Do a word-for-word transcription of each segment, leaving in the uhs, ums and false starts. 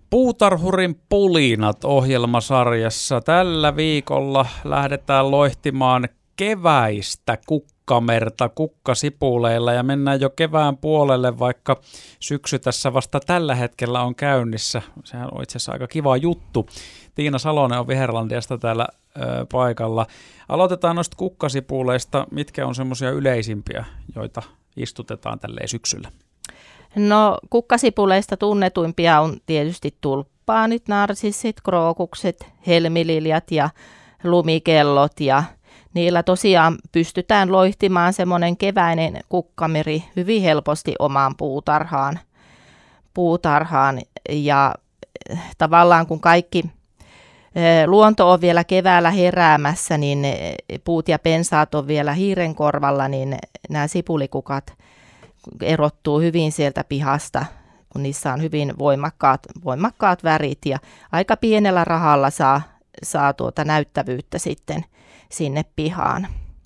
Puutarhurin pulinat -ohjelmasarjassa tällä viikolla lähdetään loihtimaan keväistä kukkamerta kukkasipuleilla ja mennään jo kevään puolelle, vaikka syksy tässä vasta tällä hetkellä on käynnissä. Sehän on itse asiassa aika kiva juttu. Tiina Salonen on Viherlandiasta täällä ö, paikalla. Aloitetaan noista kukkasipuleista. Mitkä on semmoisia yleisimpiä, joita istutetaan tälleen syksyllä? No kukkasipuleista tunnetuimpia on tietysti tulppaanit, narsissit, krookukset, helmililjat ja lumikellot, ja niillä tosiaan pystytään loihtimaan semmoinen keväinen kukkameri hyvin helposti omaan puutarhaan. puutarhaan. Ja tavallaan kun kaikki luonto on vielä keväällä heräämässä, niin puut ja pensaat on vielä hiiren korvalla, niin nämä sipulikukat erottuu hyvin sieltä pihasta, kun niissä on hyvin voimakkaat, voimakkaat värit ja aika pienellä rahalla saa, saa tuota näyttävyyttä sitten sinne pihaan.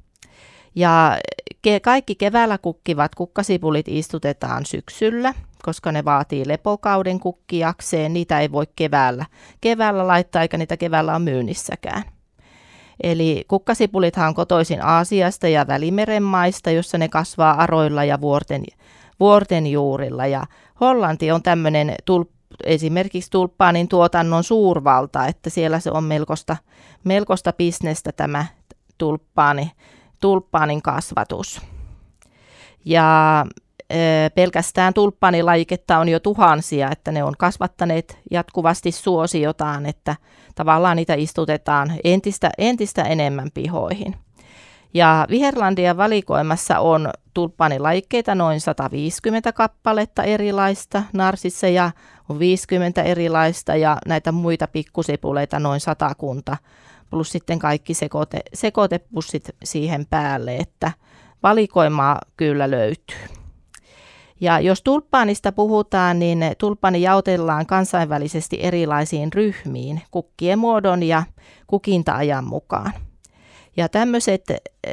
Ja ke, kaikki keväällä kukkivat kukkasipulit istutetaan syksyllä, koska ne vaatii lepokauden kukkijakseen. Niitä ei voi keväällä, keväällä laittaa, eikä niitä keväällä ole myynnissäkään. Eli kukkasipulithan on kotoisin Aasiasta ja Välimeren maista, jossa ne kasvaa aroilla ja vuorten, vuorten juurilla. Ja Hollanti on tämmöinen tulp, esimerkiksi tulppaanin tuotannon suurvalta, että siellä se on melkoista, melkoista bisnestä tämä tulppaani, tulppaanin kasvatus. Ja e, pelkästään tulppaanilajiketta on jo tuhansia, että ne on kasvattaneet jatkuvasti suosiotaan, että tavallaan niitä istutetaan entistä, entistä enemmän pihoihin. Ja Viherlandian valikoimassa on tulppaanilajikkeita noin sata viisikymmentä kappaletta erilaista, narsisseja on viisikymmentä erilaista ja näitä muita pikkusipuleita noin satakunta, plus sitten kaikki sekoite, sekoitepussit siihen päälle, että valikoimaa kyllä löytyy. Ja jos tulppaanista puhutaan, niin tulppaani jaotellaan kansainvälisesti erilaisiin ryhmiin kukkien muodon ja kukinta-ajan mukaan. Ja tämmöiset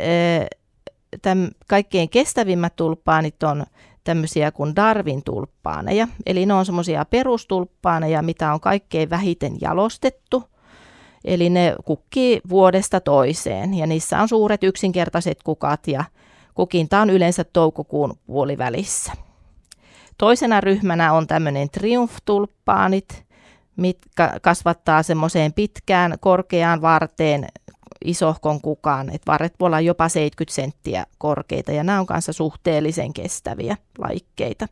täm, kaikkein kestävimmät tulppaanit on tämmöisiä kuin Darwin-tulppaaneja. Eli ne on semmoisia perustulppaaneja, mitä on kaikkein vähiten jalostettu. Eli ne kukkii vuodesta toiseen ja niissä on suuret yksinkertaiset kukat ja kukinta on yleensä toukokuun puolivälissä. Toisena ryhmänä on tämmöinen triumph-tulppaanit, mitkä kasvattaa semmoiseen pitkään korkeaan varteen isohkon kukaan, että varret voi olla jopa seitsemänkymmentä senttiä korkeita ja nämä on kanssa suhteellisen kestäviä lajikkeita.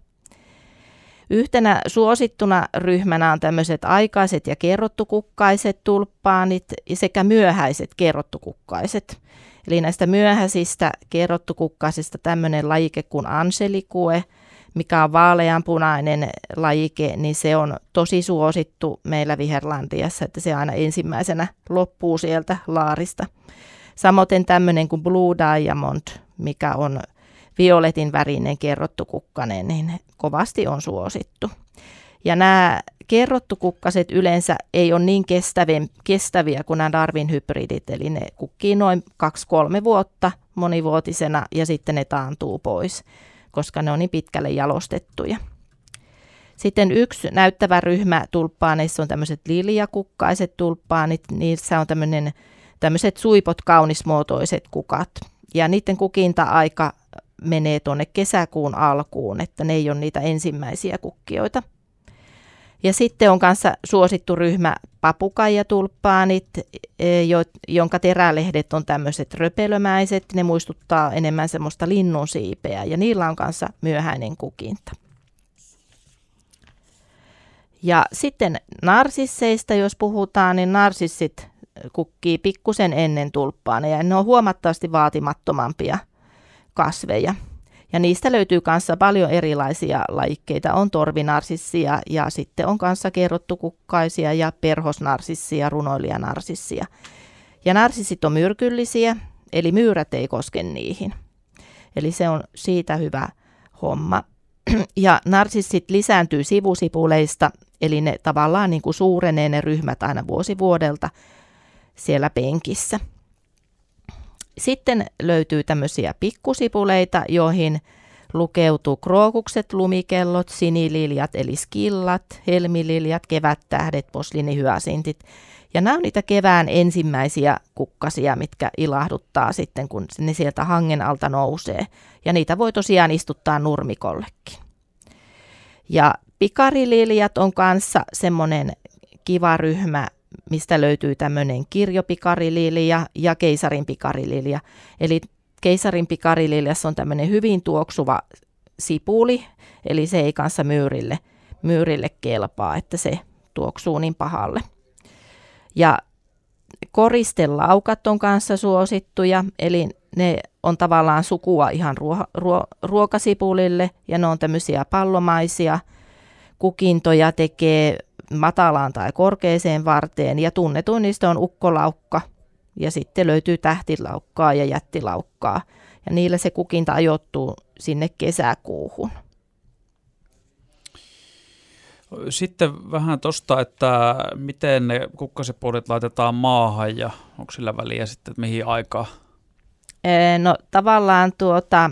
Yhtenä suosittuna ryhmänä on tämmöiset aikaiset ja kerrottukukkaiset tulppaanit sekä myöhäiset kerrottukukkaiset. Eli näistä myöhäisistä kerrottukukkaisista tämmöinen lajike kuin Angelique, mikä on vaaleanpunainen lajike, niin se on tosi suosittu meillä Viherlandiassa, että se aina ensimmäisenä loppuu sieltä laarista. Samoin tämmöinen kuin Blue Diamond, mikä on violetin värinen kerrottukukkanen, niin kovasti on suosittu. Ja nämä kerrottukukkaset yleensä ei ole niin kestäviä kuin nämä Darwin-hybridit, eli ne kukkii noin kaksi kolme vuotta monivuotisena ja sitten ne taantuu pois, koska ne on niin pitkälle jalostettuja. Sitten yksi näyttävä ryhmä tulppaaneissa on tämmöiset liljakukkaiset tulppaanit, niissä on tämmöinen, tämmöiset suipot kaunismuotoiset kukat ja niiden kukinta-aika menee tuonne kesäkuun alkuun, että ne ei ole niitä ensimmäisiä kukkijoita. Ja sitten on kanssa suosittu ryhmä papukaijatulppaanit, jonka terälehdet on tämmöiset röpelömäiset, ne muistuttaa enemmän semmoista linnunsiipeä ja niillä on kanssa myöhäinen kukinta. Ja sitten narsisseista, jos puhutaan, niin narsissit kukkii pikkusen ennen tulppaaneja ja ne on huomattavasti vaatimattomampia kasveja. Ja niistä löytyy kanssa paljon erilaisia lajikkeita. On torvinarsissia ja sitten on kanssa kerrottukukkaisia ja perhosnarsissia, runoilijanarsissia. Ja narsissit on myrkyllisiä, eli myyrät ei koske niihin. Eli se on siitä hyvä homma. Ja narsissit lisääntyy sivusipuleista, eli ne tavallaan niin kuin suurenee ne ryhmät aina vuosi vuodelta siellä penkissä. Sitten löytyy tämmöisiä pikkusipuleita, joihin lukeutuu krookukset, lumikellot, sinililjat eli skillat, helmililjat, kevättähdet, posliinihyasintit. Ja nämä on niitä kevään ensimmäisiä kukkasia, mitkä ilahduttaa sitten, kun ne sieltä hangen alta nousee. Ja niitä voi tosiaan istuttaa nurmikollekin. Ja pikarililjat on kanssa semmoinen kiva ryhmä, mistä löytyy tämmöinen kirjopikarililia ja keisarin pikarililja. Eli keisarin pikarililjassa on tämmöinen hyvin tuoksuva sipuli, eli se ei kanssa myyrille, myyrille kelpaa, että se tuoksuu niin pahalle. Ja koristelaukat on kanssa suosittuja, eli ne on tavallaan sukua ihan ruo- ruo- ruokasipulille, ja ne on tämmöisiä pallomaisia kukintoja, tekee matalaan tai korkeaseen varteen, ja tunnetuin niistä on ukkolaukka, ja sitten löytyy tähtilaukkaa ja jättilaukkaa, ja niillä se kukinta ajoittuu sinne kesäkuuhun. Sitten vähän tuosta, että miten ne kukkasipulit laitetaan maahan ja onko sillä väliä sitten, että mihin aikaan? No tavallaan tuota,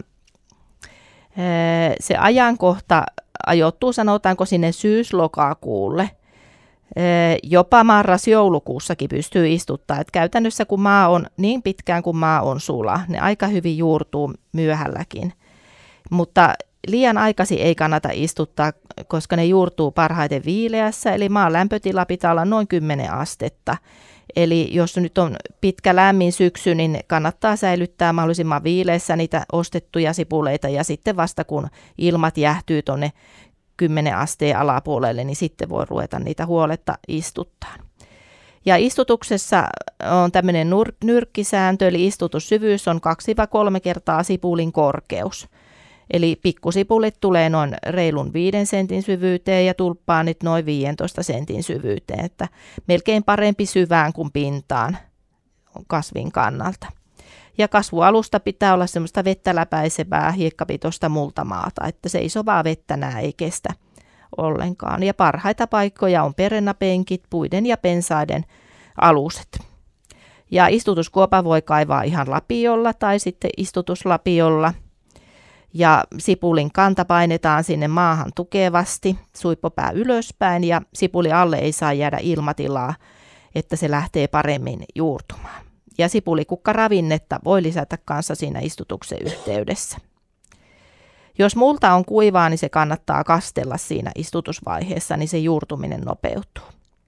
se ajankohta ajoittuu, sanotaanko sinne syys-lokakuulle. Jopa marras-joulukuussakin pystyy istuttaa. Et käytännössä kun maa on niin pitkään kuin maa on sula, ne aika hyvin juurtuu myöhälläkin. Mutta liian aikaisin ei kannata istuttaa, koska ne juurtuu parhaiten viileässä, eli maan lämpötila pitää olla noin kymmenen astetta. Eli jos nyt on pitkä lämmin syksy, niin kannattaa säilyttää mahdollisimman viileässä niitä ostettuja sipuleita, ja sitten vasta kun ilmat jähtyy tuonne kymmenen asteen alapuolelle, niin sitten voi ruveta niitä huoletta istuttaa. Ja istutuksessa on tämmöinen nur- nyrkkisääntö, eli istutussyvyys on kaksi kolme kertaa sipulin korkeus. Eli pikkusipulit tulee noin reilun viiden sentin syvyyteen ja tulppaanit noin viidentoista sentin syvyyteen, että melkein parempi syvään kuin pintaan kasvin kannalta. Ja kasvualusta pitää olla semmoista vettä läpäisevää hiekkapitoista multamaata, että seisovaa vettä nämä ei kestä ollenkaan. Ja parhaita paikkoja on perennapenkit, puiden ja pensaiden aluset. Ja istutuskuopa voi kaivaa ihan lapiolla tai sitten istutuslapiolla. Ja sipulin kanta painetaan sinne maahan tukevasti, suippopää ylöspäin, ja sipuli alle ei saa jäädä ilmatilaa, että se lähtee paremmin juurtumaan. Ja sipulikukkaravinnetta voi lisätä kanssa siinä istutuksen yhteydessä. Jos multa on kuivaa, niin se kannattaa kastella siinä istutusvaiheessa, niin se juurtuminen nopeutuu.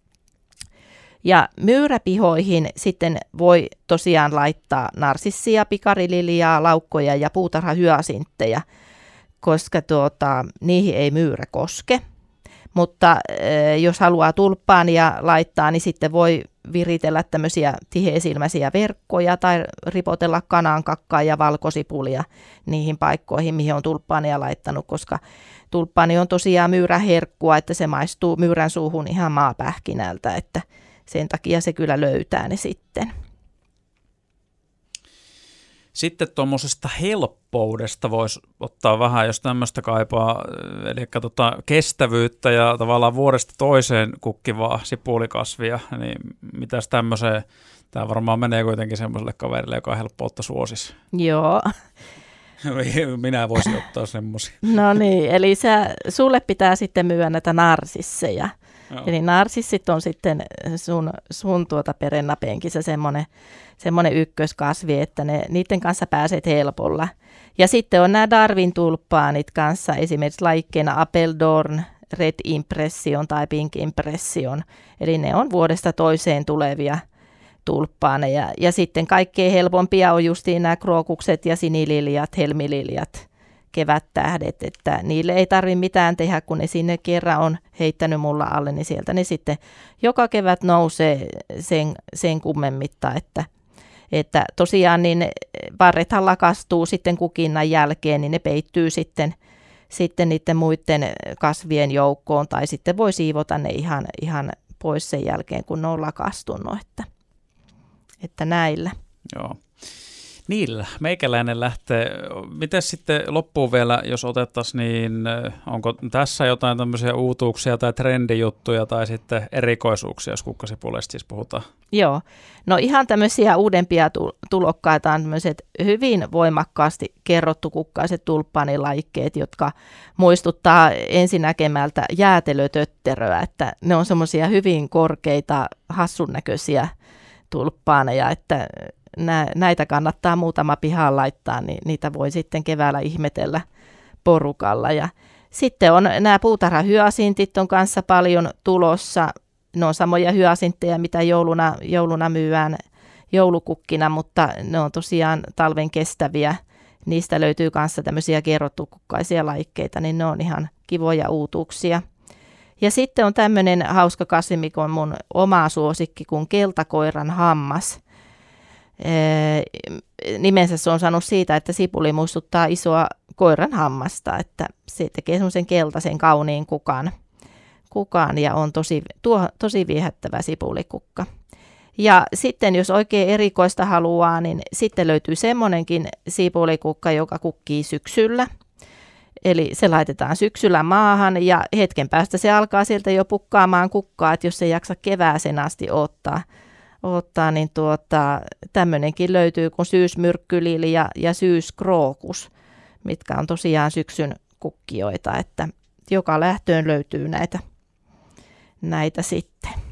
Ja myyräpihoihin sitten voi tosiaan laittaa narsissia, pikarililjaa, laukkoja ja puutarhahyasintteja, koska tuota, niihin ei myyrä koske. Mutta e, jos haluaa tulppaania laittaa, niin sitten voi viritellä tämmöisiä tiheäsilmäisiä verkkoja tai ripotella kanankakkaa ja valkosipulia niihin paikkoihin, mihin on tulppaania laittanut, koska tulppaani on tosiaan myyräherkkua, että se maistuu myyrän suuhun ihan maapähkinältä, että sen takia se kyllä löytää ne sitten. Sitten tuommoisesta helppoudesta voisi ottaa vähän, jos tämmöistä kaipaa, eli tota kestävyyttä ja tavallaan vuodesta toiseen kukkivaa sipulikasvia, niin mitäs tämmöiseen, tämä varmaan menee kuitenkin semmoiselle kaverille, joka helppoutta suosisi. Joo. Minä voisin ottaa semmoisia. No niin, eli sä, sulle pitää sitten myyä näitä narsisseja. Joo. Eli narsissit on sitten sun, sun tuota perennapenkissä semmoinen, semmoinen ykköskasvi, että ne, niiden kanssa pääset helpolla. Ja sitten on nämä Darwin tulppaanit kanssa, esimerkiksi lajikkeena Apeldoorn, Red Impression tai Pink Impression. Eli ne on vuodesta toiseen tulevia tulppaaneja. Ja sitten kaikkein helpompia on justiin nämä krookukset ja sinililjat, helmililjat, kevättähdet, että niille ei tarvitse mitään tehdä, kun ne sinne kerran on heittänyt mulla alle, niin sieltä ne sitten joka kevät nousee sen, sen kummemmitta, että, että tosiaan niin varrethan lakastuu sitten kukinnan jälkeen, niin ne peittyy sitten, sitten niiden muiden kasvien joukkoon, tai sitten voi siivota ne ihan, ihan pois sen jälkeen, kun ne on lakastunut, että, että näillä. Joo. Niillä meikäläinen lähtee. Miten sitten loppuun vielä, jos otettaisiin, niin onko tässä jotain tämmöisiä uutuuksia tai trendijuttuja tai sitten erikoisuuksia, jos kukkasipuleista siis puhutaan? Joo, no ihan tämmöisiä uudempia tulokkaita on tämmöiset hyvin voimakkaasti kerrottu kukkaiset tulppaanilajikkeet, jotka muistuttaa ensinäkemältä jäätelötötteröä, että ne on semmoisia hyvin korkeita, hassun näköisiä tulppaaneja, että näitä kannattaa muutama pihaan laittaa, niin niitä voi sitten keväällä ihmetellä porukalla. Ja sitten on nämä puutarhahyasintit on kanssa paljon tulossa. Ne on samoja hyasintteja, mitä jouluna, jouluna myyään joulukukkina, mutta ne on tosiaan talven kestäviä. Niistä löytyy kanssa tämmöisiä kerrottukukkaisia laikkeita, niin ne on ihan kivoja uutuuksia. Ja sitten on tämmöinen hauska kasvi, mikä on mun oma suosikki, kuin keltakoiran hammas. Nimensä se on saanut siitä, että sipuli muistuttaa isoa koiran hammasta, että se tekee semmoisen keltaisen kauniin kukan, kukan ja on tosi, tuo, tosi viehättävä sipulikukka. Ja sitten jos oikein erikoista haluaa, niin sitten löytyy semmoinenkin sipulikukka, joka kukkii syksyllä. Eli se laitetaan syksyllä maahan ja hetken päästä se alkaa sieltä jo pukkaamaan kukkaa, että jos ei jaksa kevääseen asti ottaa. ottaa, niin tuota, tämmöinenkin löytyy kuin syysmyrkkylilja ja syyskrookus, mitkä on tosiaan syksyn kukkijoita, että joka lähtöön löytyy näitä, näitä sitten.